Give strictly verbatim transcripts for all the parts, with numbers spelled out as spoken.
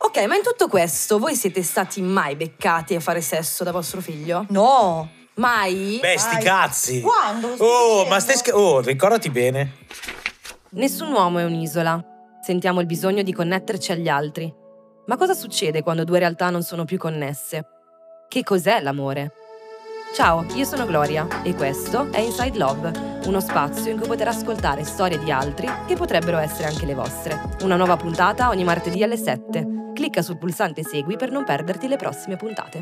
Ok, ma in tutto questo voi siete stati mai beccati a fare sesso da vostro figlio? No. Mai? Beh, sti Mai. cazzi. Quando? Oh, ma stai scher- Oh, ricordati bene. Nessun uomo è un'isola. Sentiamo il bisogno di connetterci agli altri. Ma cosa succede quando due realtà non sono più connesse? Che cos'è l'amore? Ciao, io sono Gloria e questo è Inside Love, uno spazio in cui poter ascoltare storie di altri che potrebbero essere anche le vostre. Una nuova puntata ogni martedì alle sette. Clicca sul pulsante Segui per non perderti le prossime puntate.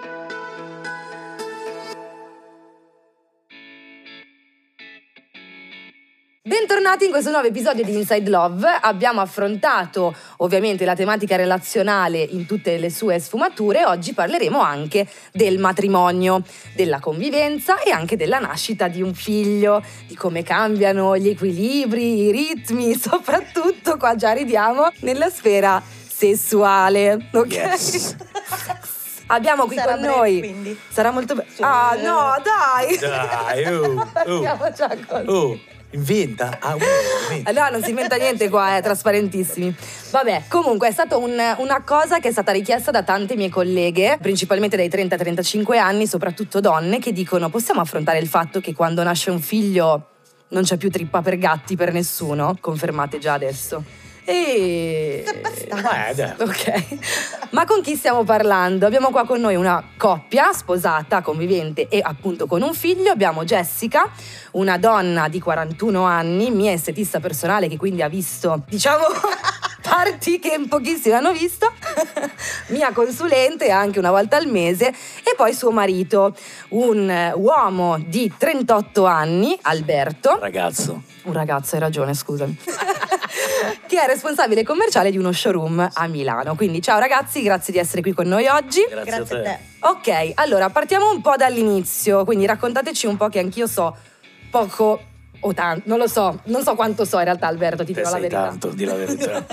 Bentornati in questo nuovo episodio di Inside Love. Abbiamo affrontato ovviamente la tematica relazionale in tutte le sue sfumature. Oggi parleremo anche del matrimonio, della convivenza e anche della nascita di un figlio, di come cambiano gli equilibri, i ritmi, soprattutto qua già ridiamo nella sfera sessuale, ok? Yes. Abbiamo qui Sarà con breve, noi. quindi. Sarà molto bello. Sì. Ah, no, dai! Dai, oh, Abbiamo oh, già con oh, inventa. Ah, oh, inventa. Eh, No, non si inventa niente qua, eh, trasparentissimi. Vabbè, comunque è stata un- una cosa che è stata richiesta da tante mie colleghe, principalmente dai trenta trentacinque anni, soprattutto donne, che dicono: possiamo affrontare il fatto che quando nasce un figlio non c'è più trippa per gatti per nessuno? Confermate già adesso. E... Eh, dai. Ok, ma con chi stiamo parlando? Abbiamo qua con noi una coppia sposata, convivente e appunto con un figlio. Abbiamo Jessica, una donna di quarantuno anni, mia estetista personale, che quindi ha visto, diciamo, parti che in pochissimi hanno visto, mia consulente anche una volta al mese, e poi suo marito, un uomo di trentotto anni, Alberto. Ragazzo. Un ragazzo, hai ragione, scusami. Che è responsabile commerciale di uno showroom a Milano. Quindi ciao ragazzi, grazie di essere qui con noi oggi. Grazie, Grazie a te. Ok, allora partiamo un po' dall'inizio, quindi raccontateci un po', che anch'io so poco o tanto, non lo so, non so quanto so in realtà, Alberto, ti Te dirò la sei verità. tanto, di la verità.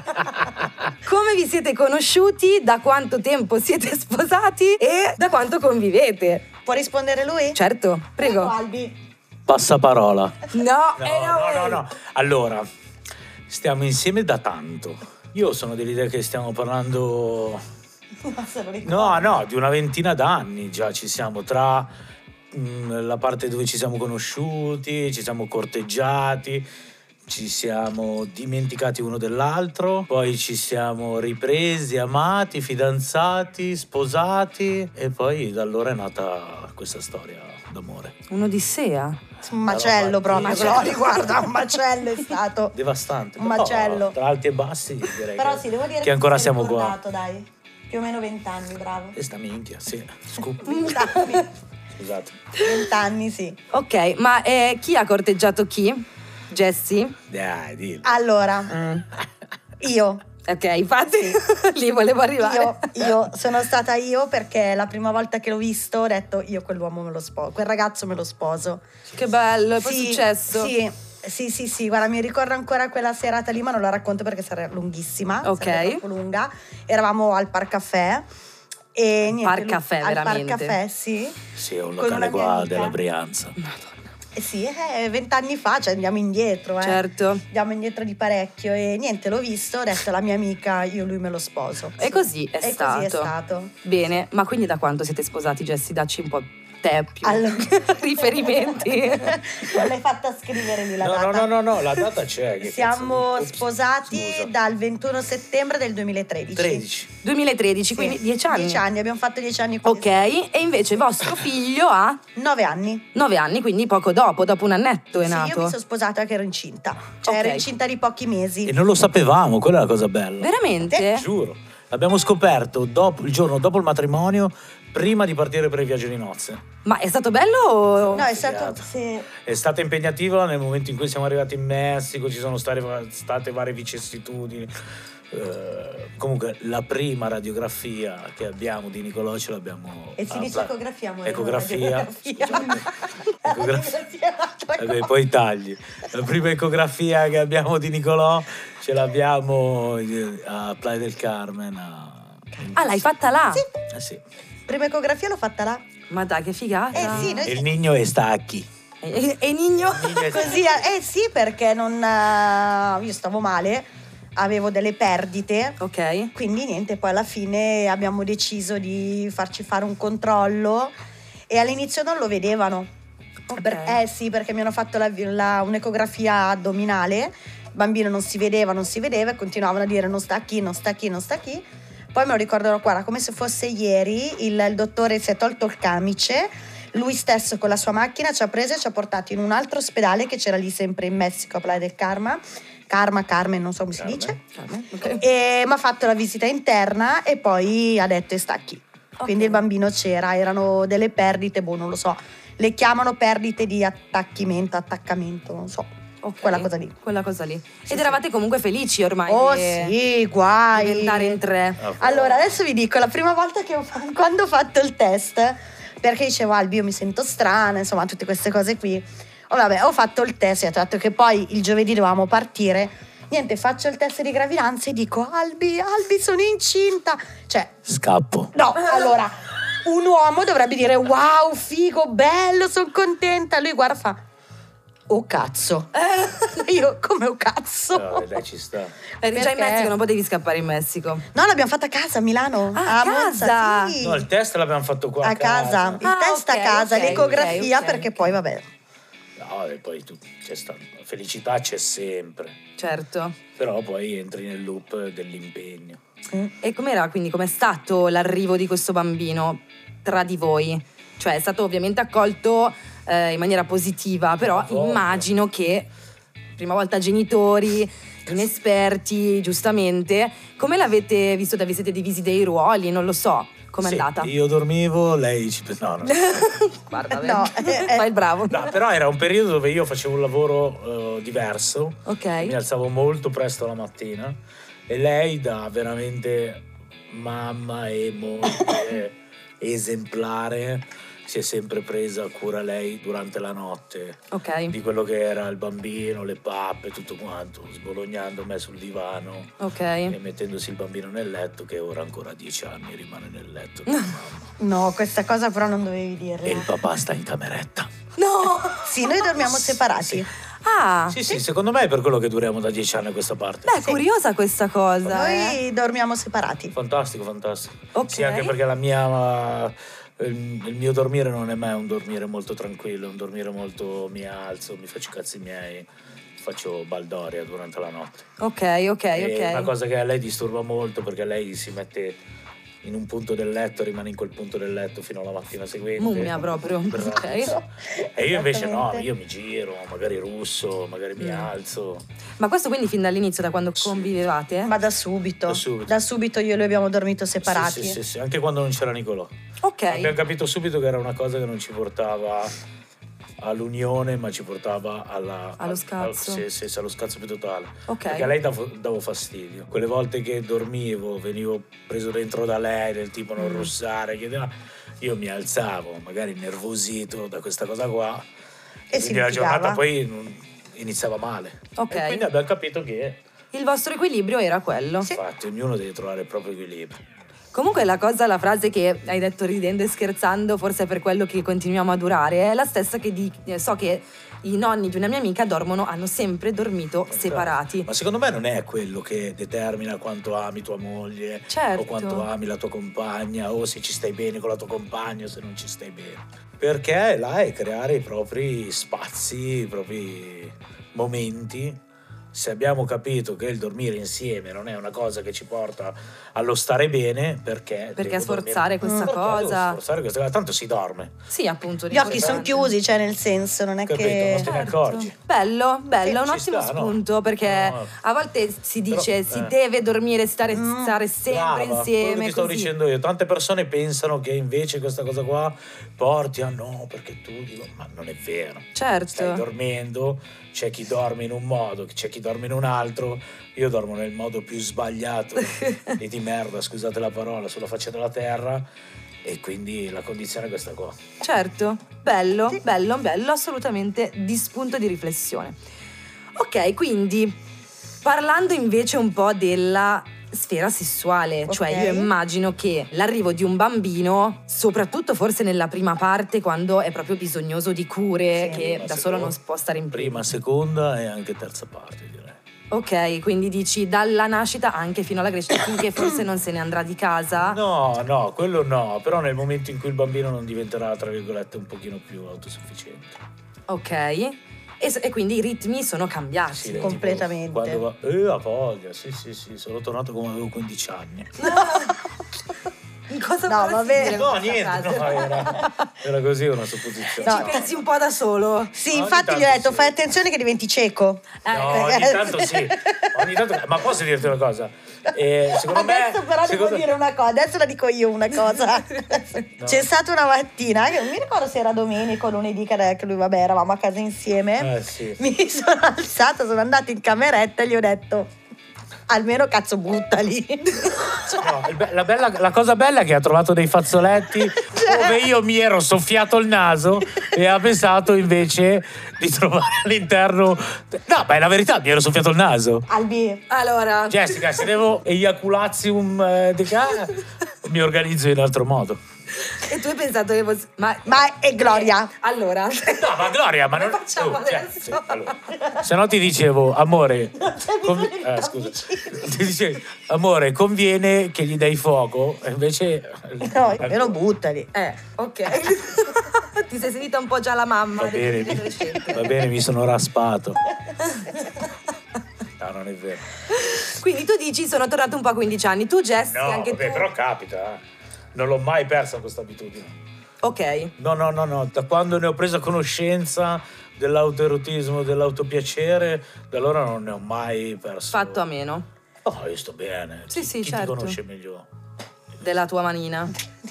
Come vi siete conosciuti, da quanto tempo siete sposati e da quanto convivete? Può rispondere lui? Certo, prego. Albi. Passaparola. No, No, eh, no, no, no. Allora, stiamo insieme da tanto. Io sono dell'idea che stiamo parlando... Ma se lo ricordo. No, no, di una ventina d'anni già ci siamo, tra mh, la parte dove ci siamo conosciuti, ci siamo corteggiati, ci siamo dimenticati uno dell'altro, poi ci siamo ripresi, amati, fidanzati, sposati, e poi da allora è nata questa storia d'amore. Un'odissea. Un macello proprio, Macello. Gloria, guarda, un macello è stato. Devastante. Un però, macello. tra alti e bassi direi Però che, sì, devo dire che ancora ti sei siamo qua. ricordato, dai. Più o meno vent'anni, bravo. E sta minchia, sì. Scoop. Vent'anni. Scusate. Vent'anni, sì. Ok, ma eh, chi ha corteggiato chi? Jessie? Dai, dillo. Allora, Mm. io. Ok, infatti lì volevo arrivare. Io, io sono stata io perché la prima volta che l'ho visto ho detto io quell'uomo me lo sposo, quel ragazzo me lo sposo. Che bello, è poi Sì, successo. Sì, sì, sì, sì, guarda, mi ricordo ancora quella serata lì, ma non la racconto perché sarà lunghissima, Ok. sarebbe troppo lunga. Eravamo al Par Café e niente, Par lui- Café, al veramente? Par Café, sì. Sì, è un Con locale una mia qua amica. della Brianza. Eh sì, eh, vent'anni fa, cioè andiamo indietro, eh. Certo. Andiamo indietro di parecchio e niente, l'ho visto, ho detto alla mia amica, io lui me lo sposo. E così è E stato. così è stato. Bene, ma quindi da quanto siete sposati, Jessie? Dacci un po' te più Allora- riferimenti. Non l'hai fatta scrivere lì la No, data. no, no, no, no, la data c'è. che Siamo cazzo di- Ops, sposati scusa. dal ventuno settembre del duemilatredici. tredici. duemilatredici, Sì, quindi dieci anni. Dieci anni, abbiamo fatto dieci anni qui. Ok, e invece vostro figlio ha Nove anni. nove anni, quindi poco dopo, dopo un annetto è Sì, nato. io mi sono sposata che ero incinta. Cioè Ok. ero incinta di pochi mesi. E non lo sapevamo, quella è la cosa bella. Veramente? Giuro. L'abbiamo scoperto dopo, il giorno dopo il matrimonio, prima di partire per il viaggio di nozze. Ma è stato bello o... No, è stato... Figata. Sì. È stata impegnativa nel momento in cui siamo arrivati in Messico, ci sono state, state varie vicissitudini. Eh, comunque la prima radiografia che abbiamo di Nicolò ce l'abbiamo... E si ah, dice beh, ecografia, amore, Ecografia. non radiografia. Scusate. Ecografia. Radiografia è un'altra Vabbè, cosa. poi tagli. La prima ecografia che abbiamo di Nicolò ce l'abbiamo eh, a Playa del Carmen. A... Ah, l'hai fatta là? Sì. Eh sì. Prima ecografia l'ho fatta là. Ma dai, che figata. Eh sì, noi E il Nigno è stacchi. E, e Nigno? Il Nigno è Così, eh sì, perché non, eh, io stavo male, avevo delle perdite. Ok. Quindi niente, poi alla fine abbiamo deciso di farci fare un controllo e all'inizio non lo vedevano. Ok. Per- eh sì, perché mi hanno fatto la- la- un'ecografia addominale, il bambino non si vedeva, non si vedeva e continuavano a dire non sta qui, non sta qui, non sta qui. Poi me lo ricorderò qua, come se fosse ieri, il, il dottore si è tolto il camice, lui stesso con la sua macchina ci ha preso e ci ha portato in un altro ospedale che c'era lì sempre in Messico, a Playa del Carma, Carma, Carmen, non so come Carmen. si dice, Carmen, ok. e mi ha fatto la visita interna e poi ha detto e sta qui. Quindi il bambino c'era, erano delle perdite, boh, non lo so, le chiamano perdite di attaccamento, attaccamento, non so. Ok. Quella cosa lì. Quella cosa lì. Sì, Ed sì. eravate comunque felici ormai Oh di sì, guai. diventare in tre. Ah, Allora, adesso vi dico, la prima volta che ho fatto, quando ho fatto il test, perché dicevo, Albi, io mi sento strana, insomma, tutte queste cose qui. Oh, vabbè, ho fatto il test, ho detto che poi il giovedì dovevamo partire. Niente, faccio il test di gravidanza e dico, Albi, Albi, sono incinta. Cioè, Scappo. no, allora, un uomo dovrebbe dire, wow, figo, bello, sono contenta. Lui guarda, fa, oh cazzo. Io, come oh cazzo? No, dai, ci sta. Eri già in Perché? Messico, non potevi scappare in Messico. No, l'abbiamo fatta a casa a Milano. Ah, a Monza, casa? sì. No, il test l'abbiamo fatto qua a casa, il Ah, test ok, a casa, ok, l'ecografia, ok, ok, perché ok. poi vabbè. No, e poi tu, c'è sta, la felicità c'è sempre, Certo. però poi entri nel loop dell'impegno. E com'era quindi, com'è stato l'arrivo di questo bambino tra di voi? Cioè è stato ovviamente accolto eh, in maniera positiva, però Ovvio. immagino che prima volta genitori, inesperti, giustamente, come l'avete visto? Vi siete divisi dei ruoli? Non lo so, com'è Sì, andata? io dormivo, lei ci pensava. No, no. Guarda, No, vedi? eh, eh. fai il bravo. No, però era un periodo dove io facevo un lavoro eh, diverso, Ok. mi alzavo molto presto la mattina e lei da veramente mamma e moglie esemplare si è sempre presa cura lei durante la notte Ok, di quello che era il bambino, le pappe, tutto quanto, sbolognando me sul divano e ok. mettendosi il bambino nel letto che ora ancora a dieci anni rimane nel letto con mamma. No, questa cosa però non dovevi E il dirla. papà sta in cameretta. No! Sì, noi dormiamo separati. Sì. Ah, Sì, sì, secondo me è per quello che duriamo da dieci anni a questa parte. beh, è curiosa questa cosa. eh. Noi dormiamo separati. Fantastico, fantastico. Ok. Sì, anche perché la mia il, il mio dormire non è mai un dormire molto tranquillo, è un dormire molto mi alzo, mi faccio i cazzi miei, faccio baldoria durante la notte. Ok, ok, È ok. una cosa che a lei disturba molto perché lei si mette in un punto del letto, rimane in quel punto del letto fino alla mattina seguente. Mummia proprio. Bravo. Ok. E io invece no, Esattamente. io mi giro, magari russo, magari mi Mm. alzo. Ma questo quindi fin dall'inizio, da quando convivevate? Ma da subito. Da subito. Da subito io e lui abbiamo dormito separati. Sì, sì, sì, sì, anche quando non c'era Nicolò. Ok. Abbiamo capito subito che era una cosa che non ci portava all'unione, ma ci portava alla, Allo al- scazzo. al- sì, sì, sì, allo scazzo più totale. Ok. Perché a lei davo, davo fastidio. Quelle volte che dormivo, venivo preso dentro da lei, del tipo non Mm. russare, chiedeva, io mi alzavo, magari nervosito da questa cosa qua. E si quindi la litigava. giornata poi non- iniziava male. Ok. E quindi abbiamo capito che, Il vostro equilibrio era quello. infatti, ognuno deve trovare il proprio equilibrio. Comunque la cosa, la frase che hai detto ridendo e scherzando, forse è per quello che continuiamo a durare, è la stessa che di, eh, so che i nonni di una mia amica dormono, hanno sempre dormito separati. Ma secondo me non è quello che determina quanto ami tua moglie Certo. o quanto ami la tua compagna o se ci stai bene con la tua compagna o se non ci stai bene. Perché là è creare i propri spazi, i propri momenti. Se abbiamo capito che il dormire insieme non è una cosa che ci porta allo stare bene, perché Perché devo sforzare dormire? questa Perché devo cosa? sforzare questa cosa? Tanto si dorme. Sì, appunto. Gli occhi sono l'importante. chiusi, cioè nel senso, non è Capito, che... non te ne Certo. accorgi. Bello, bello, Sì, un ci ottimo sta, no? spunto perché No. a volte si dice Però, si eh. deve dormire, stare, Mm. stare sempre Brava, quello insieme. che ti stavo così. dicendo io. Tante persone pensano che invece questa cosa qua porti a no, perché tu dico, ma non è vero. Certo. Stai dormendo, c'è chi dorme in un modo, c'è chi dorme in un altro. Io dormo nel modo più sbagliato e di merda, scusate la parola, sulla faccia della terra. E quindi la condizione è questa qua. Certo, bello, bello, bello, assolutamente di spunto di riflessione. Ok, quindi parlando invece un po' della sfera sessuale, Ok. cioè io immagino che l'arrivo di un bambino, soprattutto forse nella prima parte quando è proprio bisognoso di cure, Sì. che Prima, da solo seconda. non si può stare in piedi. Prima, seconda e anche terza parte, direi. Ok, quindi dici dalla nascita anche fino alla crescita, finché forse non se ne andrà di casa? No, no, quello no, però nel momento in cui il bambino non diventerà, tra virgolette, un pochino più autosufficiente. Ok, e, e quindi i ritmi sono cambiati. Sì, tipo, completamente. quando va, eh, a voglia, sì, sì, sì, sono tornato come avevo quindici anni. Cosa No, vorresti vabbè. dire No, con questa niente, frase? no, era, era così una supposizione. No. Ci pensi un po' da solo? Sì, Ogni infatti gli ho tanto detto sì. fai attenzione che diventi cieco. Eh, No, perché- ogni tanto sì, ogni tanto, ma posso dirti una cosa? Eh, secondo me, Adesso però secondo- devo dire una cosa, adesso la dico io una cosa. C'è stata una mattina, che non mi ricordo se era domenica o lunedì, che che lui, vabbè, eravamo a casa insieme. Eh sì. Mi sono alzata, sono andata in cameretta e gli ho detto almeno cazzo buttali. No, il be- la, bella- la cosa bella è che ha trovato dei fazzoletti dove io mi ero soffiato il naso e ha pensato invece di trovare all'interno. No, ma è la verità, mi ero soffiato il naso. Albi, Allora, Jessica, se devo eiaculazium eh, di ca, mi organizzo in altro modo. e tu hai pensato che fosse... Ma, ma è Gloria. Allora, No, ma Gloria, ma non. Lo facciamo Oh, cioè, adesso. sì, allora. Se no ti dicevo, amore. c'è convi- bisogno di eh, scusa. amici. Ti dicevo, amore, conviene che gli dai fuoco. E invece. No, almeno buttali. eh, ok. Ti sei sentita un po' già la mamma Va del bene, adolescente. va bene, mi sono raspato. No, non è vero. Quindi tu dici sono tornato un po' a quindici anni. Tu, Jess, No, anche vabbè, tu. però capita. eh. Non l'ho mai persa questa abitudine. Ok. No, no, no, no. Da quando ne ho presa conoscenza dell'autoerotismo, dell'autopiacere, da allora non ne ho mai perso. Fatto a meno Oh, io sto bene. Sì, Chi- sì, chi certo. ti conosce meglio? della tua manina.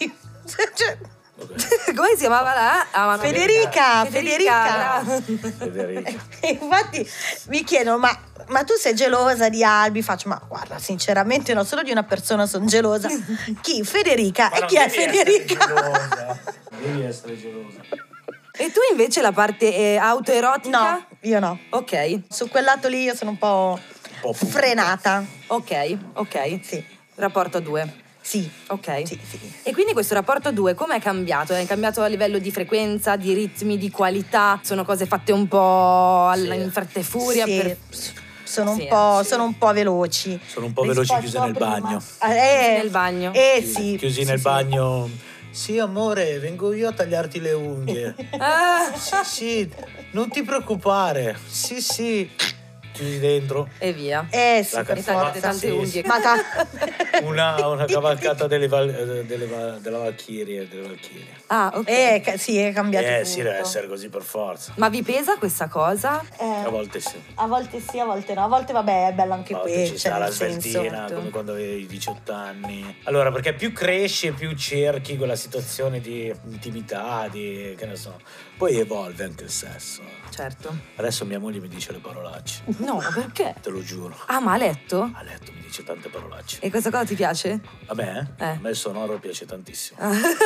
Cioè, Ok. Come si chiamava la? Ah, mamma mia. Federica, Federica. Federica. E infatti mi chiedono, ma, ma tu sei gelosa di Albi? Faccio, ma guarda, sinceramente no, solo di una persona sono gelosa. Chi? Federica. Ma E non chi è devi essere Federica? gelosa. Devi essere gelosa. E tu invece la parte eh, autoerotica? No, io no. Ok, Su quel lato lì io sono un po' Un po' pudica. frenata. ok, ok. Sì. Rapporto a due. Sì. Ok. Sì, sì. E quindi questo rapporto a due com'è cambiato? È cambiato a livello di frequenza, di ritmi, di qualità? Sono cose fatte un po' alla- Sì. in fretta e furia? Sì. per- Sono un, Sì, po', sì. sono un po' veloci. Sono un po' veloci Rispetto chiuse a nel prima. bagno. Ah, eh, nel bagno. Eh sì. Chiusi sì, nel sì. bagno. Sì, amore, vengo io a tagliarti le unghie. Ah, Sì, sì, non ti preoccupare. Sì, sì. Chiusi dentro. e via. Eh sì, La per E cazzata, tante, forza. tante sì, unghie. Ma ta- Una, una cavalcata delle val- eh, delle val- della Valchiria. Delle Valchirie. Ah, ok. Eh, ca- sì, è cambiato Eh, tutto. sì, deve essere così per forza. Ma vi pesa questa cosa? Eh, A volte sì. a volte sì, a volte no. A volte vabbè, è bello anche A volte qui. ci cioè, sta la nel senso- sveltina, come quando avevi diciotto anni. Allora, perché più cresci e più cerchi quella situazione di intimità, di che ne so. Poi evolve anche il sesso. Certo. Adesso mia moglie mi dice le parolacce, No, perché? te lo giuro. Ah, ma a letto? A letto mi dice tante parolacce. E questa cosa ti piace? A me? Eh. A me il sonoro piace tantissimo.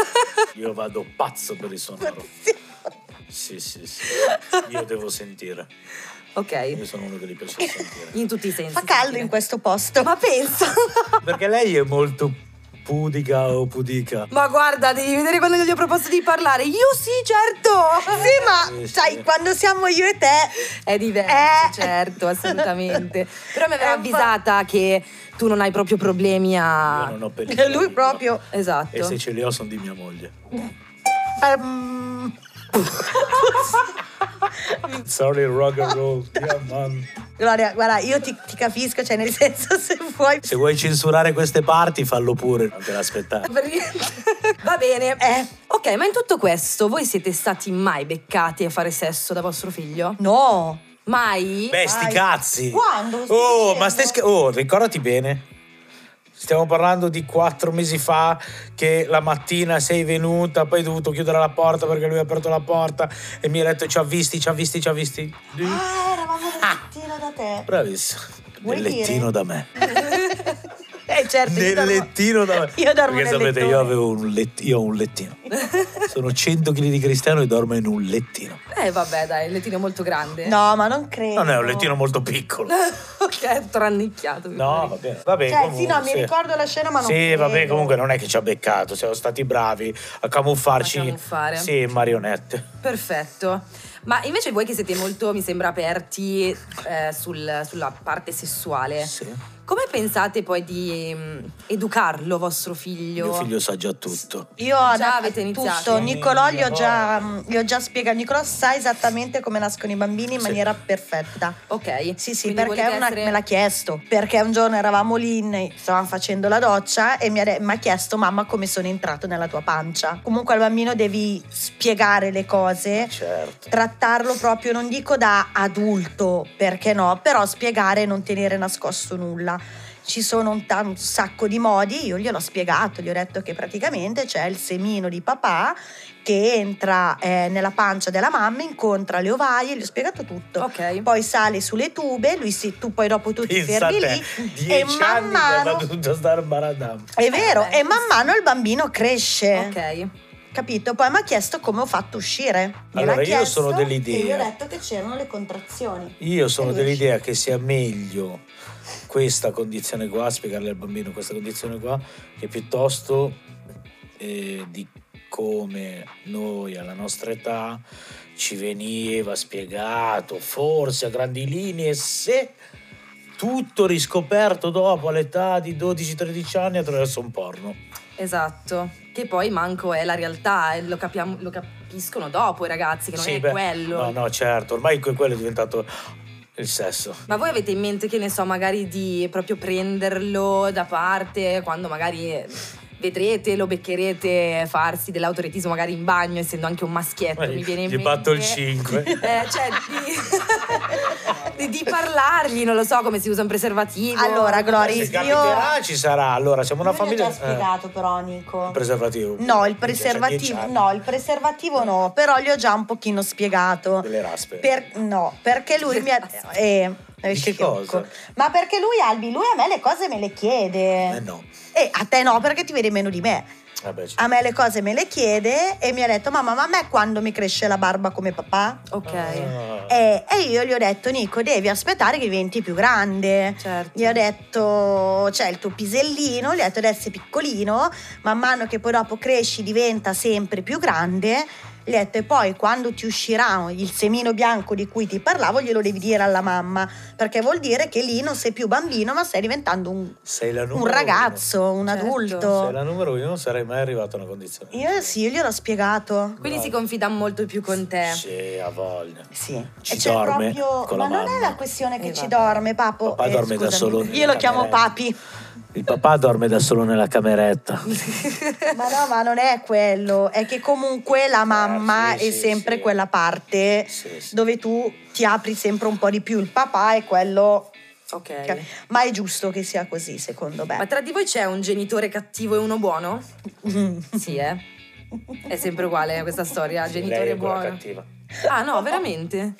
Io vado pazzo per il sonoro. Sì, sì, sì. Io devo sentire. Ok. Io sono uno che gli piace sentire. In tutti i sensi. Fa caldo sentire. in questo posto. Ma pensa. Perché lei è molto pudica o pudica. Ma guarda, devi vedere quando gli ho proposto di parlare. Io sì, certo. Sì, ma Sì, sì. sai, quando siamo io e te. È diverso, Eh. certo, assolutamente. Però mi aveva È un po'- avvisata che tu non hai proprio problemi a... Io non ho pellicole. Lui proprio. Esatto. E se ce li ho sono di mia moglie. ehm, Sorry, rock and roll. Yeah, man. Gloria, guarda, io ti, ti capisco, cioè nel senso se vuoi. Se vuoi censurare queste parti, fallo pure. Non te l'aspettare. Va bene. Eh. Ok, ma in tutto questo, voi siete stati mai beccati a fare sesso da vostro figlio? No. Mai? Beh, sti Vai. cazzi. Quando? Stai Oh, dicendo? ma stai scher- Oh, ricordati bene. Stiamo parlando di quattro mesi fa che la mattina sei venuta, poi hai dovuto chiudere la porta perché lui ha aperto la porta e mi ha detto ci ha visti, ci ha visti, ci ha visti. Ah, eravamo nel lettino da te. Bravissimo. Vuoi Nel lettino dire? da me. Eh, certo, io nel dormo- lettino da... io dormo perché nel sapete lettone. io avevo un lett- io ho un lettino sono cento chili di Cristiano e dormo in un lettino. Eh vabbè dai, il lettino è molto grande. No, ma non credo. Non è un lettino molto piccolo. Ok, è tutto rannicchiato. No, va bene. Vabbè, Cioè, comunque, sì, no, mi ricordo la scena, ma non Sì, credo. vabbè, comunque non è che ci ha beccato, siamo stati bravi a camuffarci. A camuffare. Sì, marionette. Perfetto. Ma invece voi che siete molto, mi sembra, aperti eh, sul- sulla parte sessuale, Sì. come pensate poi di mm, educarlo, vostro figlio? Mio figlio sa già tutto. Io ho Già avete iniziato? tutto. Nicolò gli ho già, gli ho già spiegato. Nicolò sa esattamente come nascono i bambini in Sì. maniera perfetta. Ok. Sì, sì, Quindi perché volete una- essere- me l'ha chiesto. Perché un giorno eravamo lì, ne- stavamo facendo la doccia e mi ha, de- mi ha chiesto: mamma, come sono entrato nella tua pancia? Comunque al bambino devi spiegare le cose, Certo. trattarlo proprio, non dico da adulto, perché no, però spiegare e non tenere nascosto nulla. Ci sono un, ta- un sacco di modi, io gliel'ho spiegato, gli ho detto che praticamente c'è il semino di papà che entra eh, nella pancia della mamma, incontra le ovaie, gli ho spiegato tutto. Ok. Poi sale sulle tube, lui si, tu poi dopo tu ti Pensa a fermi te, lì e dieci man anni che ha mano, dovuto stare a Baradam. è vero, Vabbè, e man sì. mano il bambino cresce. Ok. Capito? Poi mi ha chiesto come ho fatto uscire. Me Allora, l'ha io chiesto sono dell'idea. E gli ho detto che c'erano le contrazioni. Io sono E lui dell'idea che sia meglio questa condizione qua, spiegarle al bambino questa condizione qua, che piuttosto eh, di come noi alla nostra età ci veniva spiegato, forse a grandi linee, se tutto riscoperto dopo all'età di dodici tredici anni attraverso un porno. Esatto. Che poi manco è la realtà, e lo, capiamo, lo capiscono dopo i ragazzi, che non Sì, è beh, quello. No, no, certo, ormai que- quello è diventato il sesso. Ma voi avete in mente, che ne so, magari di proprio prenderlo da parte quando magari vedrete, lo beccherete farsi dell'autoretismo magari in bagno, essendo anche un maschietto, mi viene in Gli mente. batto il cinque. Eh, cioè, di, di, di parlargli, non lo so, come si usa un preservativo. Allora, Glory, Se io- capiterà ci sarà, allora siamo una Io gli ho famiglia. già spiegato però, Nico. Il preservativo. No, il Minchia, c'ha dieci preservativo anni. no, il preservativo no, però gli ho già un pochino spiegato. Delle raspe. Per- no, perché lui mi ha eh, è Di che schiocco. cosa? Ma perché lui, Albi, lui a me le cose me le chiede. Eh no. E a te no, perché ti vede meno di me. Vabbè, c- A me le cose me le chiede e mi ha detto: mamma, ma a me quando mi cresce la barba come papà? Ok. Ah. E, e io gli ho detto: Nico, devi aspettare che diventi più grande. Certo. Gli ho detto: c'è il tuo pisellino, gli ho detto adesso è piccolino, man mano che poi dopo cresci diventa sempre più grande. Gli ho detto: e poi quando ti uscirà il semino bianco di cui ti parlavo glielo devi dire alla mamma, perché vuol dire che lì non sei più bambino ma stai diventando un, Sei la numero un ragazzo, un Certo. uno. adulto. Sei la numero uno, non sarei mai arrivato a una condizione. Io sì, io gliel'ho spiegato. Quindi Bravo. si confida molto più con te. Sì, a voglia. Sì. Ci E c'è dorme proprio... con la Ma non è mamma. la questione che Eh, ci vabbè. dorme, papo. Papà dorme da scusami. solo Io nella lo chiamo cameretta. papi. Il papà dorme da solo nella cameretta. Ma no, ma non è quello. È che comunque la mamma Eh, sì, è sì, sempre sì. quella parte Sì, sì. dove tu ti apri sempre un po' di più. Il papà è quello... Ok. Ma è giusto che sia così, secondo me. Ma tra di voi c'è un genitore cattivo e uno buono? Sì, eh. È sempre uguale questa storia, Sì, genitore lei è quella buono. cattiva. Ah, no, veramente?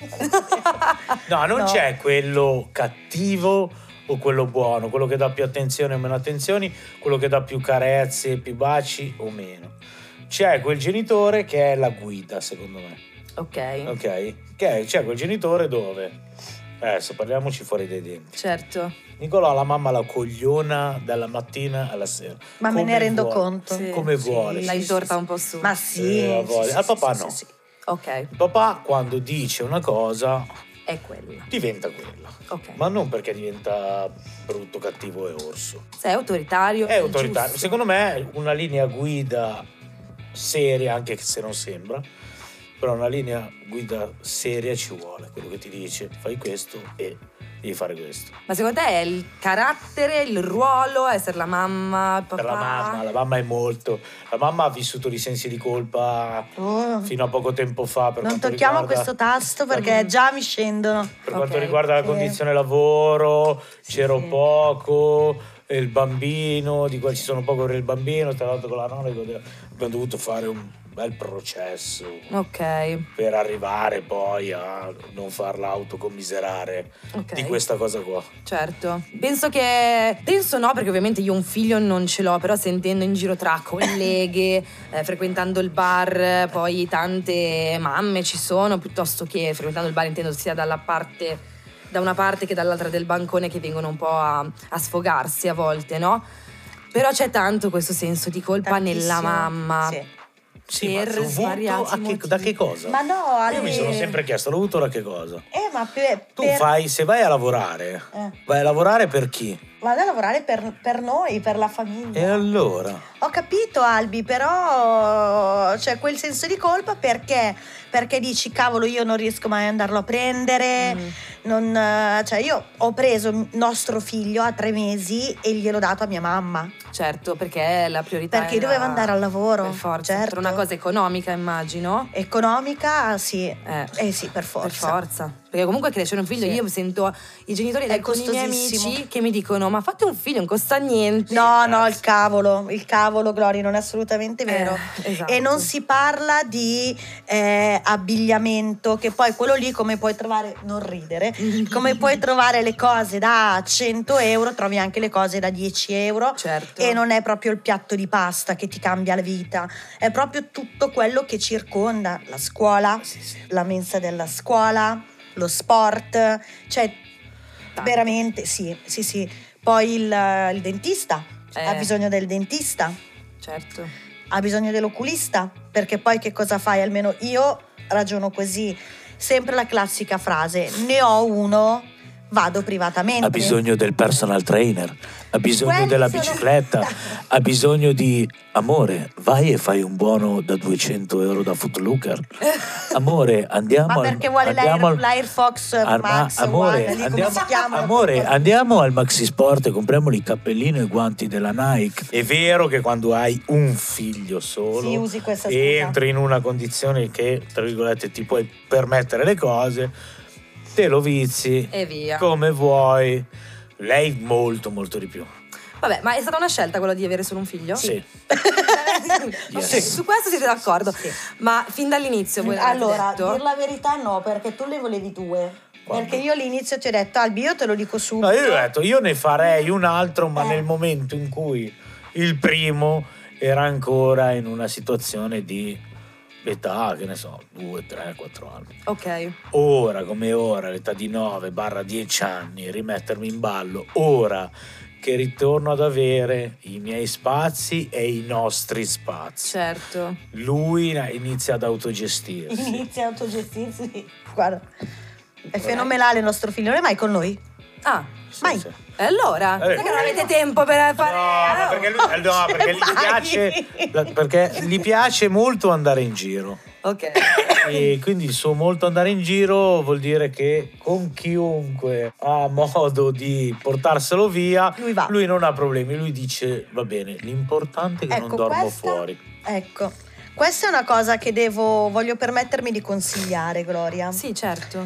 No, non No. c'è quello cattivo o quello buono, quello che dà più attenzione o meno attenzioni, quello che dà più carezze, più baci o meno. C'è quel genitore che è la guida, secondo me. Ok. Ok? Che è, c'è quel genitore dove, adesso parliamoci fuori dai denti. Certo. Nicolò la mamma la cogliona dalla mattina alla sera. Ma me Come ne rendo vuole. conto. Sì. Come Sì. vuole. La sì, intorta sì, un po' su. Ma sì. Eh, a sì, voglia. sì, Al sì, papà sì, no. sì, sì. Ok, Il papà quando dice una cosa è quella. diventa quella. Ok. Ma non perché diventa brutto, cattivo e orso. Sei autoritario. È autoritario. giusto. Secondo me una linea guida seria, anche se non sembra, però una linea guida seria ci vuole. Quello che ti dice fai questo e devi fare questo. Ma secondo te è il carattere, il ruolo, essere la mamma, il papà? Per la mamma, la mamma è molto. La mamma ha vissuto i sensi di colpa Oh. fino a poco tempo fa. Per Non quanto tocchiamo riguarda- questo tasto perché già mi scendono. Per Ok, quanto riguarda la sì. condizione lavoro, Sì, c'ero sì. poco, e il bambino, di qua ci sono poco per il bambino, tra l'altro con la nonna abbiamo dovuto fare un bel processo Ok, per arrivare poi a non farla autocommiserare ok. di questa cosa qua. Certo. Penso che... Penso no, perché ovviamente io un figlio non ce l'ho, però sentendo in giro tra colleghe, eh, frequentando il bar, poi tante mamme ci sono, piuttosto che frequentando il bar intendo sia dalla parte... da una parte che dall'altra del bancone, che vengono un po' a, a sfogarsi a volte, no? Però c'è tanto questo senso di colpa nella Tantissimo. mamma. Sì. Sì, ma Per dovuto svariati a che- motivi. da che cosa? Ma no, Io mi Ale- sono sempre chiesto, dovuto da che cosa? Eh, ma per, Tu per- fai, se vai a lavorare, Eh. vai a lavorare per chi? vado a lavorare per, per noi, per la famiglia. E allora? Ho capito, Albi, però c'è quel senso di colpa perché, perché dici, cavolo, io non riesco mai ad andarlo a prendere. Mm. Non, eh, cioè, io ho preso nostro figlio a tre mesi e gliel'ho dato a mia mamma. Certo, perché la priorità Perché era- doveva andare al lavoro. Per forza, certo. per una cosa economica, immagino. Economica, sì. Eh. Eh sì, per forza. Per forza. Perché comunque crescere un figlio, Sì. io sento i genitori È con i miei costosissimo. amici che mi dicono: ma fate un figlio, non costa niente. No, no, il cavolo, il cavolo, Gloria, non è assolutamente vero. Eh, esatto. E non si parla di eh, abbigliamento, che poi quello lì come puoi trovare, non ridere, come puoi trovare le cose da cento euro, trovi anche le cose da dieci euro. Certo. E non è proprio il piatto di pasta che ti cambia la vita, è proprio tutto quello che circonda la scuola, Sì, sì. la mensa della scuola, lo sport, cioè Tanto. veramente sì, sì, sì. Poi il, il dentista, Eh. ha bisogno del dentista, Certo. ha bisogno dell'oculista, perché poi che cosa fai? Almeno io ragiono così, sempre la classica frase, ne ho uno, vado privatamente. Ha bisogno del personal trainer, ha bisogno Quelli della sono- bicicletta, ha bisogno di... Amore, vai e fai un buono da duecento euro da Footlooker. Amore, andiamo Ma al... perché vuole andiamo l'Air, al- l'Air Fox Arma- Max amore, One, lì come andiamo, si chiama? amore, andiamo al Maxi Sport e compriamoli il cappellino e i guanti della Nike. È vero che quando hai un figlio solo Sì, usi questa scusa. entri in una condizione che, tra virgolette, ti puoi permettere le cose, te lo vizi E via. come vuoi. Lei molto molto di più. Vabbè, ma è stata una scelta quella di avere solo un figlio? Sì. Ok, Yes. su questo siete d'accordo. Ma fin dall'inizio voi l'avete Allora, detto? dir la verità no, perché tu le volevi due. Quando? Perché io all'inizio ti ho detto, Albi, io te lo dico subito. No, io ho detto, io ne farei un altro, ma Eh. nel momento in cui il primo era ancora in una situazione di età, che ne so, due, tre, quattro anni. Ok. Ora come ora, all'età di nove dieci anni, rimettermi in ballo, ora che ritorno ad avere i miei spazi e i nostri spazi. Certo. Lui inizia ad autogestirsi. Inizia a autogestirsi. Guarda, è fenomenale il nostro figlio, non è mai con noi? Ah, Mai. Sì. e allora? Eh. Sai che non avete tempo per fare... No, ma perché, lui, eh, no, perché gli Mai. piace, la- perché gli piace molto andare in giro. Ok. E quindi il suo molto andare in giro vuol dire che con chiunque ha modo di portarselo via, Lui va. non ha problemi. Lui dice: va bene, l'importante è che non Ecco, dormo questa- fuori. Ecco, questa è una cosa che devo, voglio permettermi di consigliare, Gloria. Sì, certo.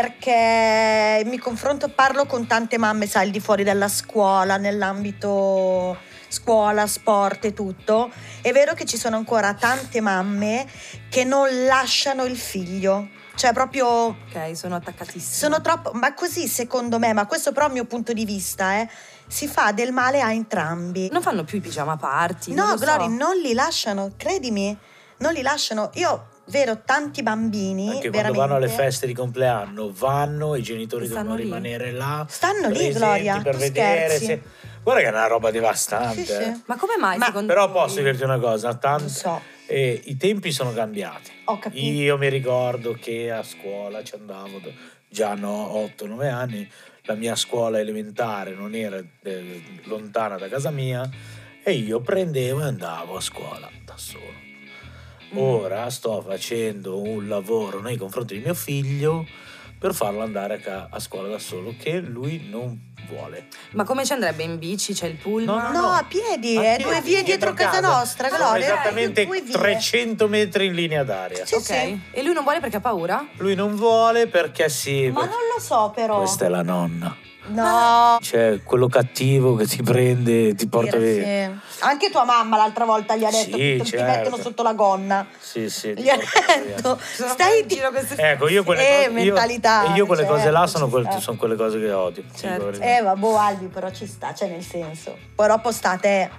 Perché mi confronto, parlo con tante mamme, sai, al di fuori della scuola, nell'ambito scuola, sport e tutto. È vero che ci sono ancora tante mamme che non lasciano il figlio. Cioè proprio Ok, sono attaccatissima. sono troppo, ma così secondo me, ma questo però è il mio punto di vista, eh, si fa del male a entrambi. Non fanno più i pigiama party. No, non lo so. Glory, non li lasciano, credimi, non li lasciano. Io vedo tanti bambini, Anche quando veramente, vanno alle feste di compleanno, vanno, i genitori E stanno devono lì. rimanere là. Stanno lì, presenti Gloria, per tu vedere. scherzi. se- Guarda che è una roba devastante. Sì, sì. eh. Ma come mai Ma- secondo Però voi? posso dirti una cosa, tanto, Non so. eh, i tempi sono cambiati. Ho capito. Io mi ricordo che a scuola ci andavo da- già no, otto nove anni, la mia scuola elementare non era eh, lontana da casa mia e io prendevo e andavo a scuola da solo. Mm. Ora sto facendo un lavoro nei confronti di mio figlio per farlo andare a, ca- a scuola da solo, che lui non vuole. Ma come ci andrebbe in bici? C'è il pullman? No, a piedi, A eh, piedi, due vie dietro casa nostra, Sono Gloria. esattamente due vie. trecento metri in linea d'aria. Sì, Ok. sì. E lui non vuole perché ha paura? Lui non vuole perché sì, Ma perché non lo so però. questa è la nonna. No. Cioè, quello cattivo che ti prende, ti porta Dire, via. sì. Anche tua mamma l'altra volta gli ha detto Sì, che ti certo. mettono sotto la gonna. Sì, sì. ti Gli ha porta via. detto Sono stai in giro queste- Ecco, io quelle Eh, cose, io- mentalità, io quelle cose là certo, sono, ci quelle, sta. sono quelle cose che odio. ti dico la Certo. verità. Eh vabbè Albi, però ci sta, cioè nel senso. Poi dopo state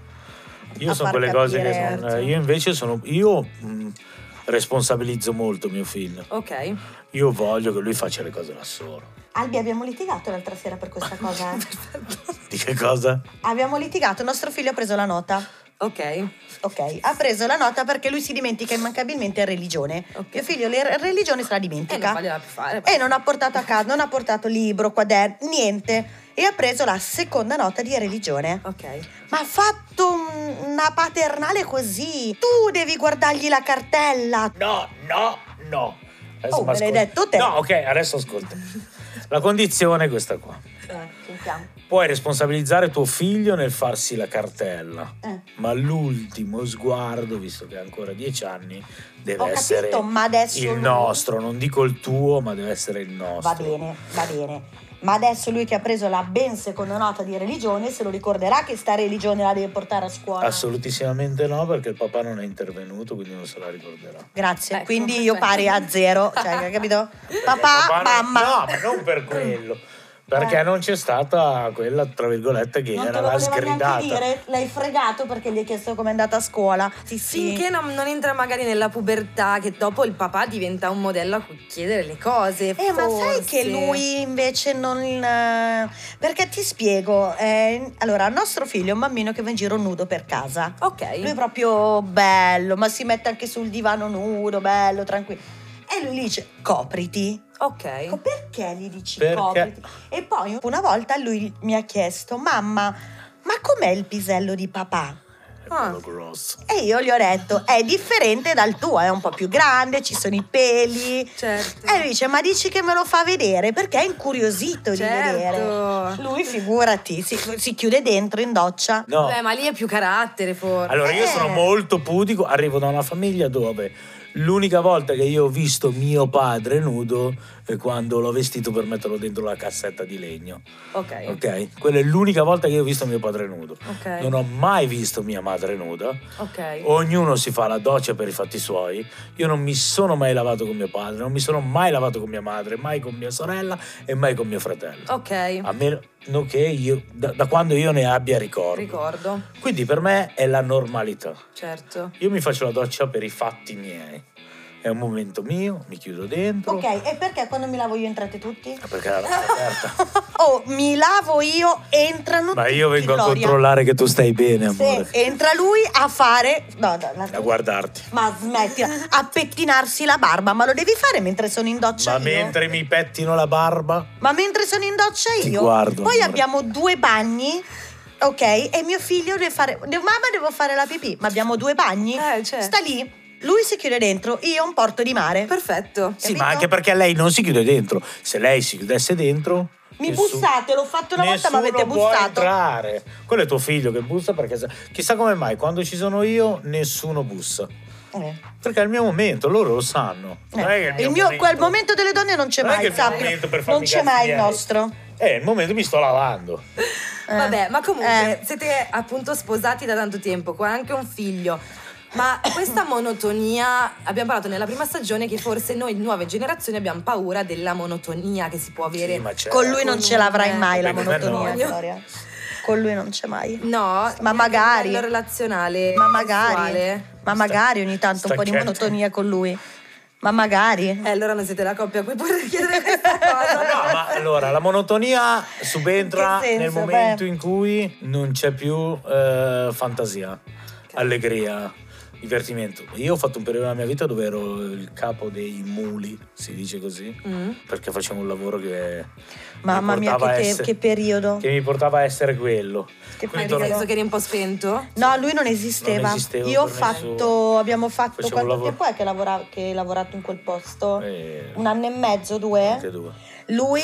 Io a sono far quelle cose che capire, non, certo. io invece sono io mh, responsabilizzo molto mio figlio. Ok. Io voglio che lui faccia le cose da solo. Albi, abbiamo litigato l'altra sera per questa cosa. eh. Di che cosa? Abbiamo litigato, nostro figlio ha preso la nota. Ok. Ok, ha preso la nota perché lui si dimentica immancabilmente religione. Ok. Mio figlio le religione se la E dimentica. non fagliela più fare. E non ha portato a casa, non ha portato libro, quaderno, niente. E ha preso la seconda nota di religione. Ok. Ma ha fatto un- una paternale così. Tu devi guardargli la cartella. No, no, no. Adesso Oh, me l'hai m'ascolti. detto te. No, ok, adesso ascolta. La condizione è questa qua. Eh, sentiamo. Puoi responsabilizzare tuo figlio nel farsi la cartella, Eh. ma l'ultimo sguardo, visto che ha ancora dieci anni, deve Ho essere capito, ma adesso il lui- nostro, non dico il tuo, ma deve essere il nostro. Va bene, va bene. Ma adesso lui che ha preso la ben seconda nota di religione se lo ricorderà che sta religione la deve portare a scuola. Assolutissimamente no, perché il papà non è intervenuto, quindi non se la ricorderà. Grazie. Ecco, Quindi io perfetto. pari a zero. Cioè, hai capito? Perché Papà, il papà non- mamma. No, ma non per quello. Perché Eh. non c'è stata quella, tra virgolette, che Non te era lo la voleva neanche sgridata. dire, l'hai fregato perché gli hai chiesto com'è andata a scuola. Sì, sì. Finché non, non entra magari nella pubertà, che dopo il papà diventa un modello a cui chiedere le cose. Eh, ma sai forse. che lui invece non... eh, Perché ti spiego. eh, Allora, il nostro figlio è un bambino che va in giro nudo per casa. Ok. Lui è proprio bello, ma si mette anche sul divano nudo, bello, tranquillo. E lui gli dice, copriti. Ok. Dico, perché gli dici Perché? copriti? E poi una volta lui mi ha chiesto, mamma, ma com'è il pisello di papà? È Ah. bello grosso. E io gli ho detto, è differente dal tuo, è un po' più grande, ci sono i peli. Certo. E lui dice, ma dici che me lo fa vedere? Perché è incuriosito di vedere. Certo. Lui, figurati, si, si chiude dentro in doccia. No. Beh, ma lì è più carattere, forse. Allora, io Eh. sono molto pudico, arrivo da una famiglia dove l'unica volta che io ho visto mio padre nudo è quando l'ho vestito per metterlo dentro la cassetta di legno. Ok. Ok? Quella è l'unica volta che io ho visto mio padre nudo. Ok. Non ho mai visto mia madre nuda. Ok. Ognuno si fa la doccia per i fatti suoi. Io non mi sono mai lavato con mio padre, non mi sono mai lavato con mia madre, mai con mia sorella e mai con mio fratello. Ok. A meno che io, da, da quando io ne abbia ricordo. Ricordo. Quindi per me è la normalità. Certo. Io mi faccio la doccia per i fatti miei. È un momento mio, mi chiudo dentro. Ok, e perché quando mi lavo io entrate tutti? Perché la lascio aperta. Oh, mi lavo io, entrano Ma tutti, io vengo a Gloria. controllare che tu stai bene, amore. Sì, entra lui a fare... No, no, la- A guardarti. Ma smettila, a pettinarsi la barba, ma lo devi fare mentre sono in doccia Ma io? mentre mi pettino la barba, Ma mentre sono in doccia Ti io? guardo, Poi amore. abbiamo due bagni, ok? E mio figlio deve fare... de- Mamma, devo fare la pipì, ma abbiamo due bagni? Eh, certo. Sta lì, lui si chiude dentro, io un porto di mare. Perfetto. sì, Capito? ma anche perché lei non si chiude dentro. Se lei si chiudesse dentro, Mi nessuno- bussate, l'ho fatto una volta, ma avete nessuno può bussato. entrare. Quello è tuo figlio che bussa perché sa- chissà come mai quando ci sono io nessuno bussa. Eh. Perché è il mio momento, loro lo sanno. Eh, Non è che il mio, quel momento delle donne non c'è Non è mai, che il mio sappi. momento per farmi Non c'è i mai cazzi il miei. nostro. Eh, il momento mi sto lavando. Eh. Vabbè, ma comunque Eh. siete appunto sposati da tanto tempo, con anche un figlio. Ma questa monotonia, abbiamo parlato nella prima stagione che forse noi nuove generazioni abbiamo paura della monotonia che si può avere. Sì, ma certo. Con lui non ce l'avrai mai la Beh, con me monotonia, no. Gloria. Con lui non c'è mai. No, Ma magari. a livello relazionale, Ma magari. sessuale. Ma magari ogni tanto un po' di Stacchetto. monotonia con lui. Ma magari. Eh, allora non siete la coppia a cui poter chiedere questa cosa. No, ma allora la monotonia subentra In che senso? nel momento Beh. in cui non c'è più eh, fantasia, allegria, divertimento. Io ho fatto un periodo della mia vita dove ero il capo dei muli, si dice così, Mm. perché facevo un lavoro che Mamma mi mia, portava che, a te- essere- che periodo. che mi portava a essere quello. Che Ma Quindi in torno- senso che eri un po' spento? No, lui non esisteva. Non esistevo Io ho per fatto, nessuno. abbiamo fatto Facevo quanto lavoro- tempo è che, lavora- che hai lavorato in quel posto? Eh, Un anno e mezzo, due? anche due. Lui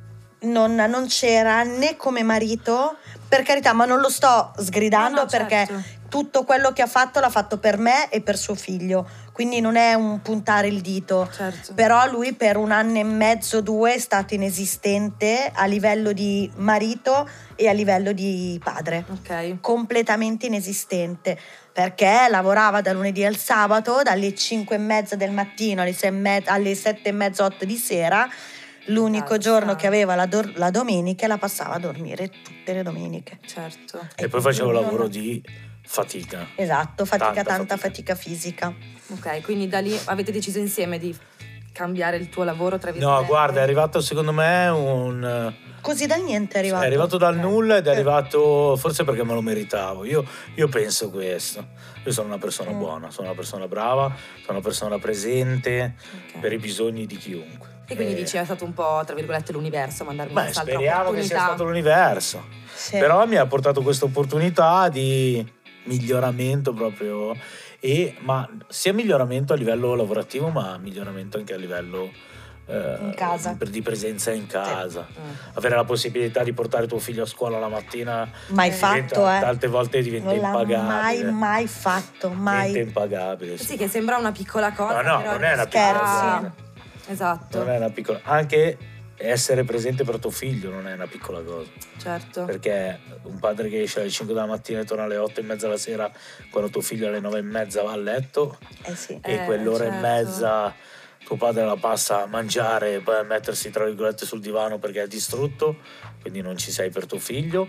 non, non c'era né come marito, per carità, ma non lo sto sgridando No, no, perché certo. tutto quello che ha fatto l'ha fatto per me e per suo figlio, quindi non è un puntare il dito, Certo. però lui per un anno e mezzo, due è stato inesistente a livello di marito e a livello di padre, Ok. completamente inesistente, perché lavorava da lunedì al sabato dalle cinque e mezza del mattino alle, sei e mezza, alle sette e mezza, otto di sera. L'unico Cazzo. giorno che aveva la, dor- la domenica la passava a dormire tutte le domeniche. Certo. E poi facevo non- lavoro di fatica. Esatto, fatica, Tanta tanta fatica. fatica fisica. Ok, quindi da lì avete deciso insieme di cambiare il tuo lavoro, tra virgolette? No, guarda, è arrivato secondo me un... Così dal niente è arrivato. È arrivato dal Ok. nulla ed è Eh. arrivato forse perché me lo meritavo. Io, io penso questo. Io sono una persona Mm. buona, sono una persona brava, sono una persona presente Ok. per i bisogni di chiunque. E quindi Eh, dici è stato un po', tra virgolette, l'universo a mandarmi Beh, quest'altra speriamo che sia opportunità. stato l'universo. Sì. Però mi ha portato questa opportunità di miglioramento proprio. E, ma sia miglioramento a livello lavorativo, ma miglioramento anche a livello eh, In casa. di, di presenza in casa. Mm. Avere la possibilità di portare tuo figlio a scuola la mattina Mai Eh, diventa- fatto, eh. tante volte diventa Non l'ha mai, impagabile. mai fatto, Diventa mai. impagabile. Sì, che sembra una piccola cosa. No, no, però non è una rispetto piccola a- cosa. Esatto, Non è una piccola. Anche essere presente per tuo figlio non è una piccola cosa. certo. Perché un padre che esce alle cinque della mattina e torna alle otto e mezza la sera, quando tuo figlio alle nove e mezza va a letto, Eh sì. Eh, e quell'ora certo. e mezza tuo padre la passa a mangiare e poi a mettersi tra virgolette sul divano perché è distrutto, quindi non ci sei per tuo figlio,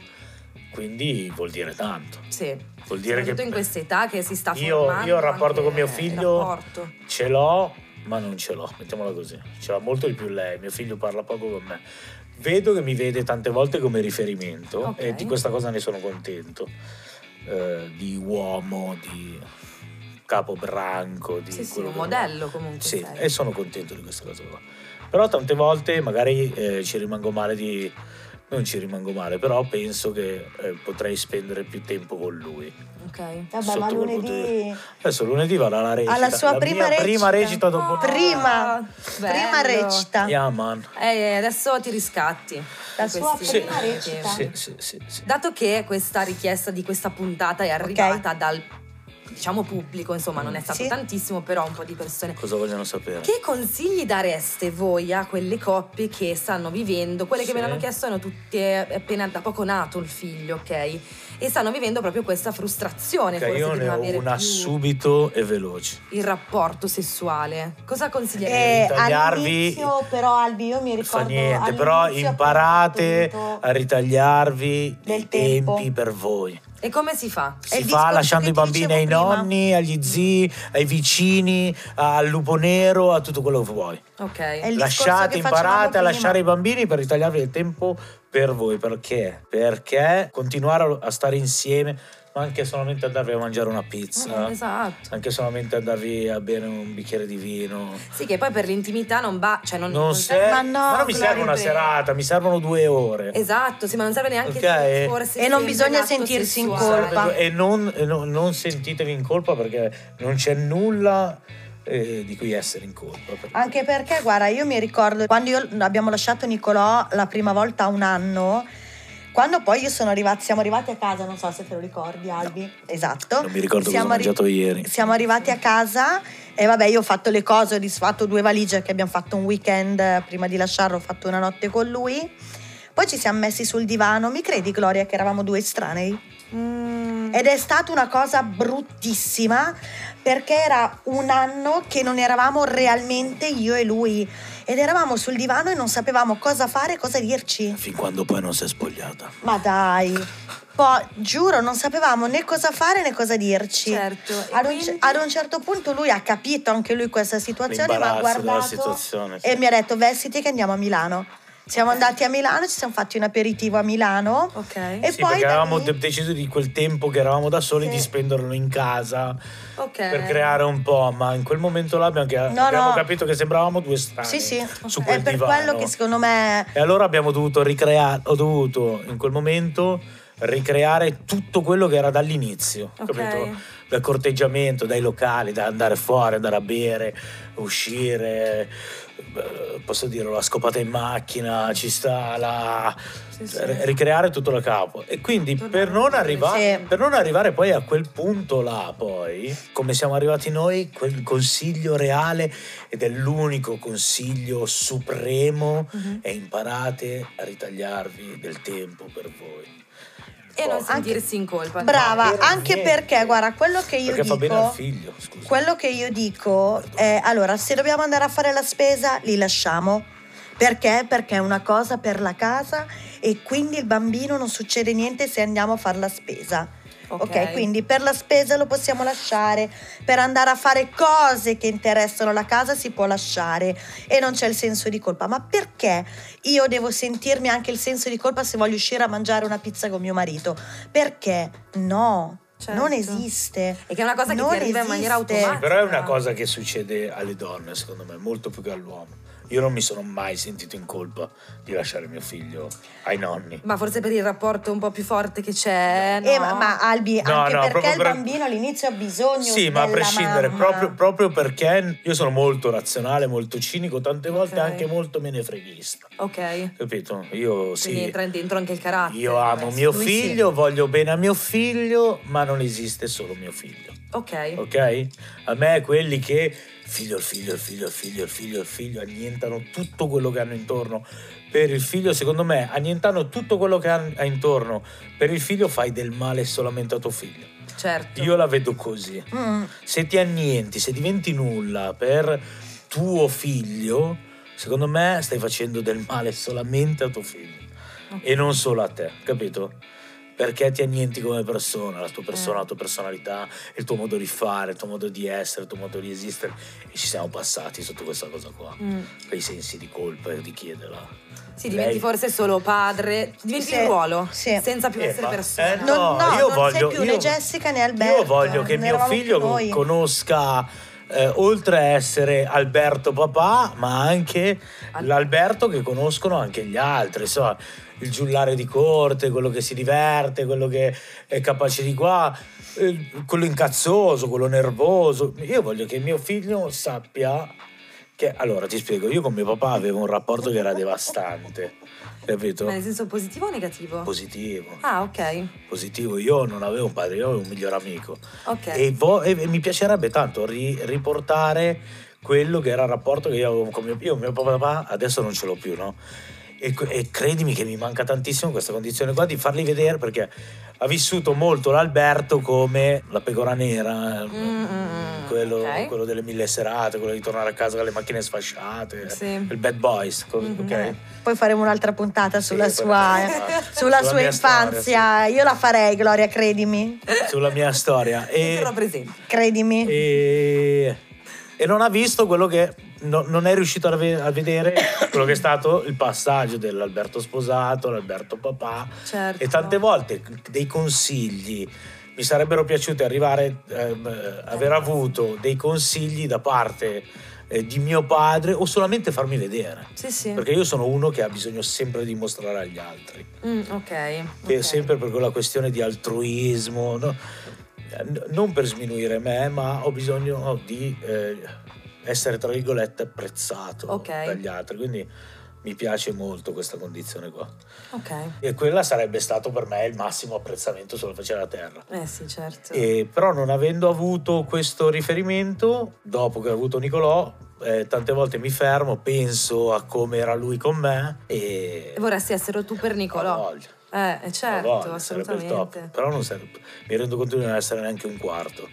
quindi vuol dire tanto. Sì. Vuol dire Soprattutto che in questa età che si sta io, formando io il rapporto anche con mio il figlio rapporto. ce l'ho, ma non ce l'ho, mettiamola così. Ce l'ha molto di più lei, mio figlio parla poco con me. Vedo che mi vede tante volte come riferimento Ok. e di questa cosa ne sono contento. Eh, di uomo, di capobranco, di Sì, sì, quello un che modello comunque Sì, sei. e sono contento di questa cosa qua. Però tante volte magari eh, ci rimango male di... Non ci rimango male, però penso che eh, potrei spendere più tempo con lui. Ok. Vabbè, Sotto ma quel punto lunedì... di- Adesso lunedì vado alla recita. Alla sua la prima mia prima recita. recita dopo... Ah, Prima, bello. prima recita. Yeah, man. Eh, adesso ti riscatti. La di sua questi- prima recita. Sì, sì, sì, sì. Dato che questa richiesta di questa puntata è arrivata dal, diciamo, pubblico, insomma, non è stato Sì. tantissimo, però un po' di persone. Cosa vogliono sapere? Che consigli dareste voi a quelle coppie che stanno vivendo? Quelle che Sì. me l'hanno chiesto erano tutte appena da poco nato il figlio, ok? E stanno vivendo proprio questa frustrazione, Ok, forse, io di ne non ho avere una più subito e veloce. il rapporto sessuale. Cosa consiglierete? Eh, ritagliarvi- all'inizio però Albi io mi ricordo Fa niente, però all'inizio imparate appunto, a ritagliarvi Del i tempo. tempi per voi. E come si fa? È Si il fa discorso lasciando che i ti bambini ai dicevo prima. nonni, agli zii, ai vicini, al lupo nero, a tutto quello che vuoi. Ok. È il discorso Lasciate, che facevamo imparate a prima. lasciare i bambini per ritagliarvi il tempo per voi. Perché? Perché continuare a- a stare insieme, ma anche solamente andarvi a mangiare una pizza, Mm, esatto. anche solamente andarvi a bere un bicchiere di vino. Sì, che poi per l'intimità non va, cioè non, Non non serve, Ma no, non mi serve una Gloria. serata, mi servono due ore. Esatto, sì, ma non serve neanche Ok. forse E non sempre bisogna l'atto sentirsi in sessuale. colpa. E non, e non- non sentitevi in colpa perché non c'è nulla eh, di cui essere in colpa. perché- Anche perché, guarda, io mi ricordo quando io abbiamo lasciato Nicolò la prima volta a un anno, quando poi io sono arrivata, siamo arrivati a casa, non so se te lo ricordi, Albi. Esatto. Non mi ricordo cosa ho Siamo arri- mangiato ieri. Siamo arrivati a casa e vabbè, io ho fatto le cose, ho disfatto due valigie che abbiamo fatto un weekend eh, prima di lasciarlo, ho fatto una notte con lui. Poi ci siamo messi sul divano. Mi credi, Gloria, che eravamo due estranei? Mm, Ed è stata una cosa bruttissima perché era un anno che non eravamo realmente io e lui ed eravamo sul divano e non sapevamo cosa fare e cosa dirci. Fin quando poi non si è spogliata. Ma dai, poi giuro non sapevamo né cosa fare né cosa dirci. certo. E Ad un, quindi- ad un certo punto lui ha capito anche lui questa situazione, ma ha L'imbarazzo della guardato situazione, sì. e mi ha detto vestiti che andiamo a Milano. Siamo andati a Milano, ci siamo fatti un aperitivo a Milano. Ok. E Sì, poi perché da avevamo lì- de- deciso di quel tempo che eravamo da soli Sì. di spenderlo in casa Ok. per creare un po', ma in quel momento là abbiamo, abbiamo no. capito che sembravamo due strani Sì, sì, su è quel per divano. quello che secondo me E allora abbiamo dovuto ricreare, ho dovuto in quel momento ricreare tutto quello che era dall'inizio, Ok. capito? Dal corteggiamento, dai locali, da andare fuori, andare a bere, uscire, eh, posso dire la scopata in macchina, ci sta la Sì, sì. r- ricreare tutto da capo. E quindi Tornare per non, a arrivare, Sì. per non arrivare poi a quel punto là, poi, come siamo arrivati noi, quel consiglio reale, ed è l'unico consiglio supremo, Mhm. è imparate a ritagliarvi del tempo per voi. E non Oh, sentirsi in colpa. Brava, per anche niente. perché, guarda, quello che io Perché fa bene al dico, figlio, scusa. quello che io dico è, allora, se dobbiamo andare a fare la spesa, li lasciamo. Perché? Perché è una cosa per la casa e quindi il bambino non succede niente se andiamo a fare la spesa. Ok. Ok, quindi per la spesa lo possiamo lasciare, per andare a fare cose che interessano la casa si può lasciare e non c'è il senso di colpa. Ma perché io devo sentirmi anche il senso di colpa se voglio uscire a mangiare una pizza con mio marito? Perché no, Certo. non esiste. E che è una cosa che Non ti arriva in maniera esiste. automatica. Però è una cosa che succede alle donne, secondo me, molto più che all'uomo. Io non mi sono mai sentito in colpa di lasciare mio figlio ai nonni. Ma forse per il rapporto un po' più forte che c'è, no? Eh, ma, ma Albi, No, anche no, perché proprio il per- bambino all'inizio ha bisogno Sì, ma a della prescindere, mamma. proprio, proprio perché io sono molto razionale, molto cinico, tante volte Ok. anche molto menefreghista. Ok. Capito? Io sì. Quindi entra dentro anche il carattere. Io amo questo. mio lui figlio, voglio bene a mio figlio, ma non esiste solo mio figlio. Ok. Ok? A me quelli che figlio, il figlio, il figlio, il figlio, il figlio, il figlio, annientano tutto quello che hanno intorno per il figlio, secondo me, annientando tutto quello che ha intorno per il figlio, fai del male solamente a tuo figlio. Certo. Io la vedo così. Mm. Se ti annienti, se diventi nulla per tuo figlio, secondo me stai facendo del male solamente a tuo figlio e non solo a te, capito? Perché ti annienti come persona, la tua persona, Eh. la tua personalità, il tuo modo di fare, il tuo modo di essere, il tuo modo di esistere, e ci siamo passati sotto questa cosa qua, Mm. quei sensi di colpa e di chiederla. Sì, diventi Lei- forse solo padre, diventi Sì, un ruolo, sì. senza più Eh, essere ma- persona. eh, Non- no, no, io non voglio, sei più io- né Jessica né Alberto. Io voglio che non mio eravamo figlio più noi. conosca, eh, oltre a essere Alberto papà, ma anche Al- l'Alberto che conoscono anche gli altri, insomma, il giullare di corte, quello che si diverte, quello che è capace di qua, eh, quello incazzoso, quello nervoso. Io voglio che mio figlio sappia che, allora ti spiego, io con mio papà avevo un rapporto che era devastante, capito? Ma nel senso positivo o negativo? Positivo. Ah, ok. Positivo, io non avevo un padre, io avevo un miglior amico. Ok. E, vo- e- e mi piacerebbe tanto ri- riportare quello che era il rapporto che io avevo con mio, io, mio papà, adesso non ce l'ho più, no? E, e credimi che mi manca tantissimo questa condizione qua di farli vedere, perché ha vissuto molto l'Alberto come la pecora nera, Mm, mm, mm, quello, ok. quello delle mille serate, quello di tornare a casa con le macchine sfasciate, Sì. il bad boys, co- Mhm. ok? Poi faremo un'altra puntata Sì, sulla poi sua, faremo- sulla sulla sua mia infanzia. Io la farei, Gloria, credimi. Sulla mia storia. Io E, lo presento. Credimi. e, e non ha visto quello che no- non è riuscito a, ve- a vedere quello che è stato il passaggio dell'Alberto sposato, l'Alberto papà. Certo. E tante volte dei consigli mi sarebbero piaciuti arrivare ehm, aver avuto dei consigli da parte eh, di mio padre, o solamente farmi vedere, Sì, sì. perché io sono uno che ha bisogno sempre di mostrare agli altri, Mm, ok. che ok. è sempre per quella questione di altruismo, no? N- non per sminuire me, ma ho bisogno di eh, essere, tra virgolette, apprezzato Ok. dagli altri, quindi mi piace molto questa condizione qua, Ok. e quella sarebbe stato per me il massimo apprezzamento sulla faccia della terra. Eh sì, certo. E però non avendo avuto questo riferimento, dopo che ho avuto Nicolò, eh, tante volte mi fermo, penso a come era lui con me e... E vorresti essere tu per Ho Nicolò? voglia, Eh, eh, ho certo, voglia, sarebbe il top. assolutamente. Però non sarebbe, mi rendo conto di non essere neanche un quarto.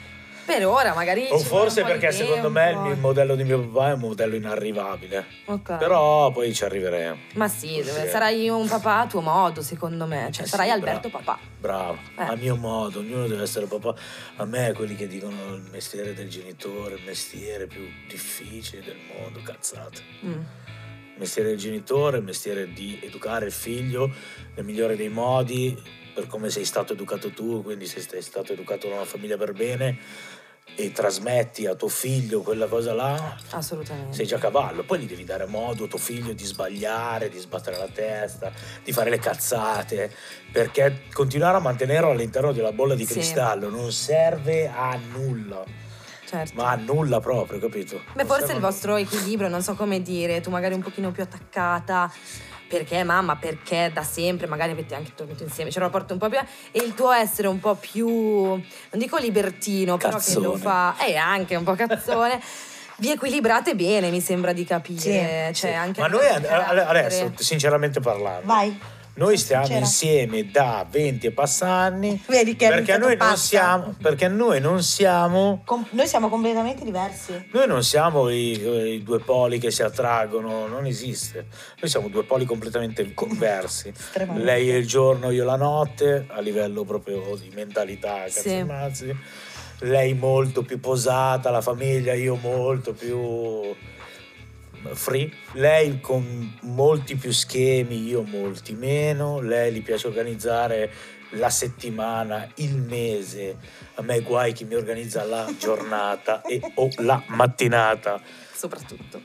Per ora magari O ci forse vuole un po' perché di secondo me il, tempo. mio- il modello di mio papà è un modello inarrivabile. Ok. Però poi ci arriveremo. Ma sì, Così dove- è. sarai un papà a tuo modo, secondo me. Cioè, Eh sarai sì, Alberto bravo. papà. Bravo, Eh. a mio modo, ognuno deve essere papà. A me quelli che dicono il mestiere del genitore, il mestiere più difficile del mondo, cazzate. Mm. Il mestiere del genitore, il mestiere di educare il figlio nel migliore dei modi, per come sei stato educato tu, quindi se sei stato educato da una famiglia per bene, e trasmetti a tuo figlio quella cosa là, Assolutamente. sei già a cavallo. Poi gli devi dare modo a tuo figlio di sbagliare, di sbattere la testa, di fare le cazzate, perché continuare a mantenerlo all'interno della bolla di Sì. cristallo non serve a nulla, Certo. ma a nulla proprio, capito? Beh, Non forse serve il a vostro equilibrio, non so come dire, tu magari un pochino più attaccata, perché mamma, perché da sempre, magari avete anche dormito insieme, c'è un rapporto un po' più... e il tuo essere un po' più, non dico libertino, però che lo Cazzone. fa, è anche un po' cazzone, vi equilibrate bene, mi sembra di capire. Sì, cioè, sì. anche Ma a noi livello ad- di carattere. adesso, sinceramente parlando, Vai. noi stiamo Sincera. insieme da venti e passanni, Vedi che è perché iniziato noi non pazza. siamo, perché noi non siamo Com- noi siamo completamente diversi. Noi non siamo i, i due poli che si attraggono, non esiste. Noi siamo due poli completamente conversi. Estremamente. Lei è il giorno, io la notte, a livello proprio di mentalità, cazzi Sì. e mazzi. Lei molto più posata, la famiglia, io molto più free. Lei con molti più schemi, io molti meno. Lei gli piace organizzare la settimana, il mese. A me guai chi mi organizza la giornata e o la mattinata, Soprattutto.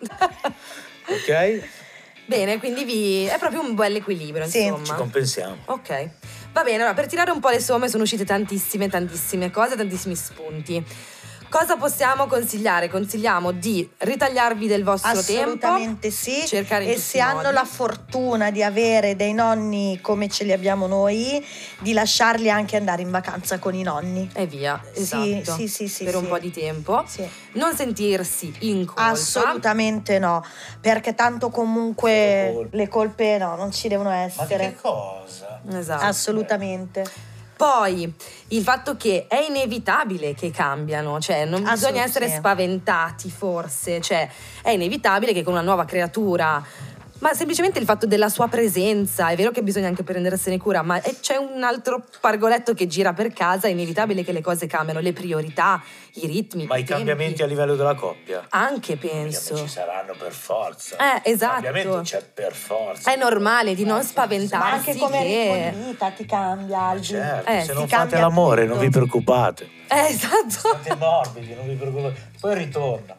ok? Bene, quindi vi... è proprio un bel equilibrio, Sì. insomma. Ci compensiamo. Ok, va bene, allora per tirare un po' le somme sono uscite tantissime, tantissime cose, tantissimi spunti. Cosa possiamo consigliare? Consigliamo di ritagliarvi del vostro Assolutamente tempo, sì. cercare in E tutti se i hanno modi. la fortuna di avere dei nonni come ce li abbiamo noi, di lasciarli anche andare in vacanza con i nonni. E via, Sì, esatto. sì, sì, sì, per un sì. po' di tempo. Sì. Non sentirsi in colpa. Assolutamente no, perché tanto comunque Sono colpe. le colpe no, non ci devono Ma di essere. che cosa? Esatto. Assolutamente. Poi il fatto che è inevitabile che cambiano, cioè non Assolut- bisogna essere sì. spaventati forse, cioè è inevitabile che con una nuova creatura, ma semplicemente il fatto della sua presenza, è vero che bisogna anche prendersene cura, ma è- c'è un altro pargoletto che gira per casa, è inevitabile che le cose cambiano, le priorità, i ritmi, Ma i i tempi. cambiamenti a livello della coppia? Anche Mica penso. ci saranno per forza. Eh, esatto. Il cambiamento c'è per forza. È normale di non Ma spaventarsi anche come che... ritmo di vita ti cambia, Albi. Certo, Eh, se si non cambia fate l'amore tutto. non vi preoccupate. Eh, esatto. State morbidi, non vi preoccupate. Poi ritorna.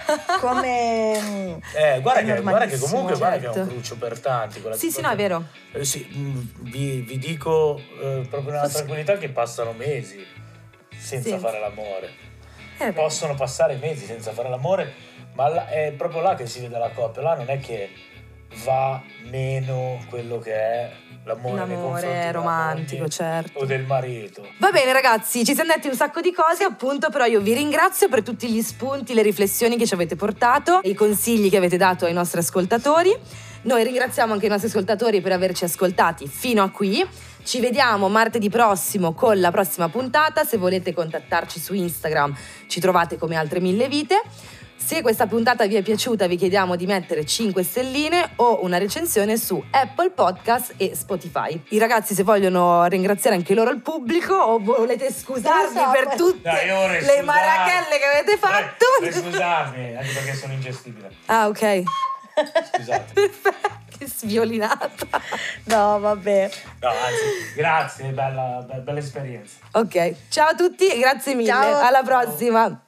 Come mm, Eh, guarda, è che, guarda che comunque normalissimo. guarda che è certo. un cruccio per tanti. quella Sì, sì, cosa. no, è vero. Eh, sì, mh, vi, vi dico eh, proprio nella tranquillità che passano mesi senza Sì. fare l'amore. Eh, beh. Possono passare mesi senza fare l'amore, ma là- è proprio là che si vede la coppia. Là non è che va meno quello che è l'amore, nei confronti L'amore della romantico, moglie certo. o del marito. Va bene ragazzi, ci siamo detti un sacco di cose appunto, però io vi ringrazio per tutti gli spunti, le riflessioni che ci avete portato e i consigli che avete dato ai nostri ascoltatori. Noi ringraziamo anche i nostri ascoltatori per averci ascoltati fino a qui. Ci vediamo martedì prossimo con la prossima puntata. Se volete contattarci su Instagram ci trovate come Altre Mille Vite. Se questa puntata vi è piaciuta vi chiediamo di mettere cinque stelline o una recensione su Apple Podcast e Spotify. I ragazzi se vogliono ringraziare anche loro il pubblico o volete scusarvi Non so, per poi- tutte Dai, ora le scusate. marachelle che avete fatto. Eh, scusarmi, anche perché sono ingestibile. Ah, ok. Scusate. Perfetto. Che sviolinata. No, vabbè. No, anzi, grazie, bella, be- bella esperienza. Ok, ciao a tutti e grazie mille. Ciao. Alla prossima.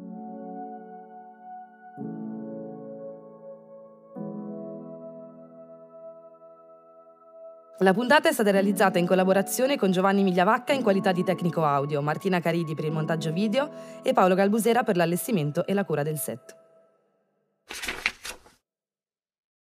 La puntata è stata realizzata in collaborazione con Giovanni Migliavacca in qualità di tecnico audio, Martina Caridi per il montaggio video e Paolo Galbusera per l'allestimento e la cura del set.